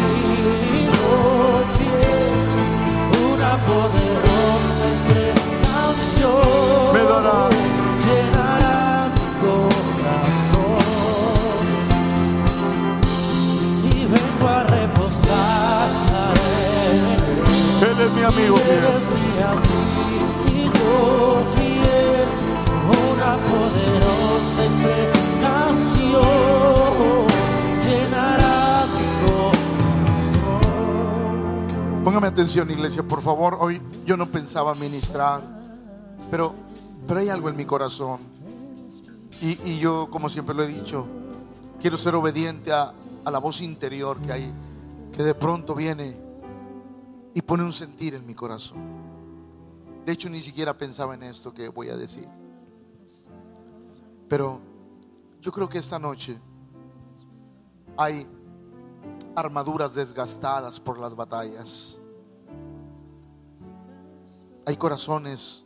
amigo fiel, una poderosa canción Me dará. llenará mi corazón. Y vengo a reposar en Él. Él es mi amigo Él fiel. es mi amigo fiel, una poderosa y fiel canción llenará mi corazón. Póngame atención, iglesia, por favor. Hoy yo no pensaba ministrar, pero, pero hay algo en mi corazón. Y, y yo, como siempre lo he dicho, quiero ser obediente a, a la voz interior que hay, que de pronto viene y pone un sentir en mi corazón. De hecho, ni siquiera pensaba en esto que voy a decir. Pero yo creo que esta noche hay armaduras desgastadas por las batallas. Hay corazones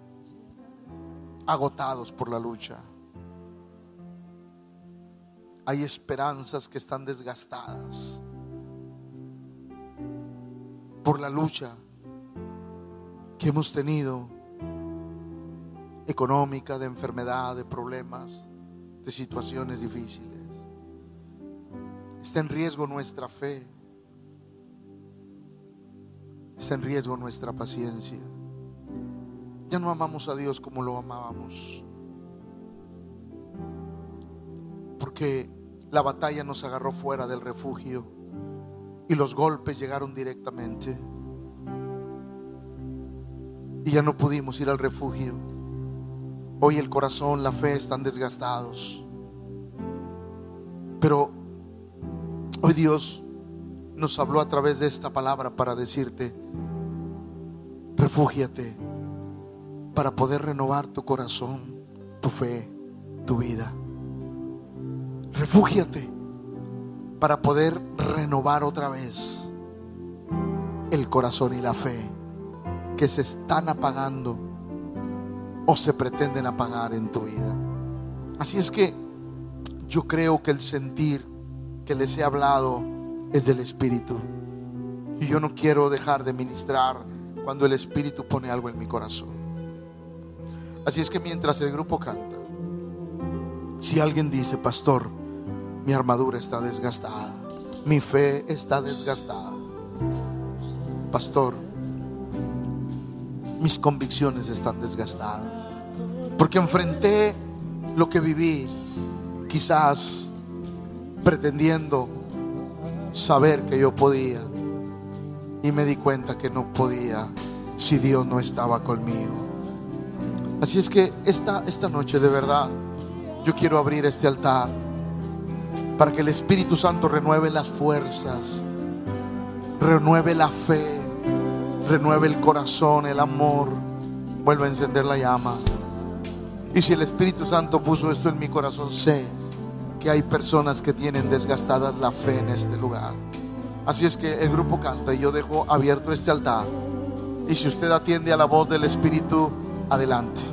agotados por la lucha. Hay esperanzas que están desgastadas por la lucha que hemos tenido, económica, de enfermedad, de problemas, de situaciones difíciles. Está en riesgo nuestra fe, está en riesgo nuestra paciencia. Ya no amamos a Dios como lo amábamos, porque la batalla nos agarró fuera del refugio y los golpes llegaron directamente y ya no pudimos ir al refugio. Hoy el corazón, la fe están desgastados, pero hoy Dios nos habló a través de esta palabra para decirte: refúgiate para poder renovar tu corazón, tu fe, tu vida. Refúgiate para poder renovar otra vez el corazón y la fe que se están apagando o se pretenden apagar en tu vida. Así es que yo creo que el sentir que les he hablado es del Espíritu, y yo no quiero dejar de ministrar cuando el Espíritu pone algo en mi corazón. Así es que mientras el grupo canta, si alguien dice: pastor, mi armadura está desgastada, mi fe está desgastada, pastor, mis convicciones están desgastadas, porque enfrenté lo que viví, quizás pretendiendo saber que yo podía, y me di cuenta que no podía si Dios no estaba conmigo. Así es que esta, esta noche, de verdad, yo quiero abrir este altar para que el Espíritu Santo renueve las fuerzas, renueve la fe, renueve el corazón, el amor, vuelva a encender la llama. Y si el Espíritu Santo puso esto en mi corazón, sé que hay personas que tienen desgastada la fe en este lugar. Así es que el grupo canta y yo dejo abierto este altar. Y si usted atiende a la voz del Espíritu, adelante.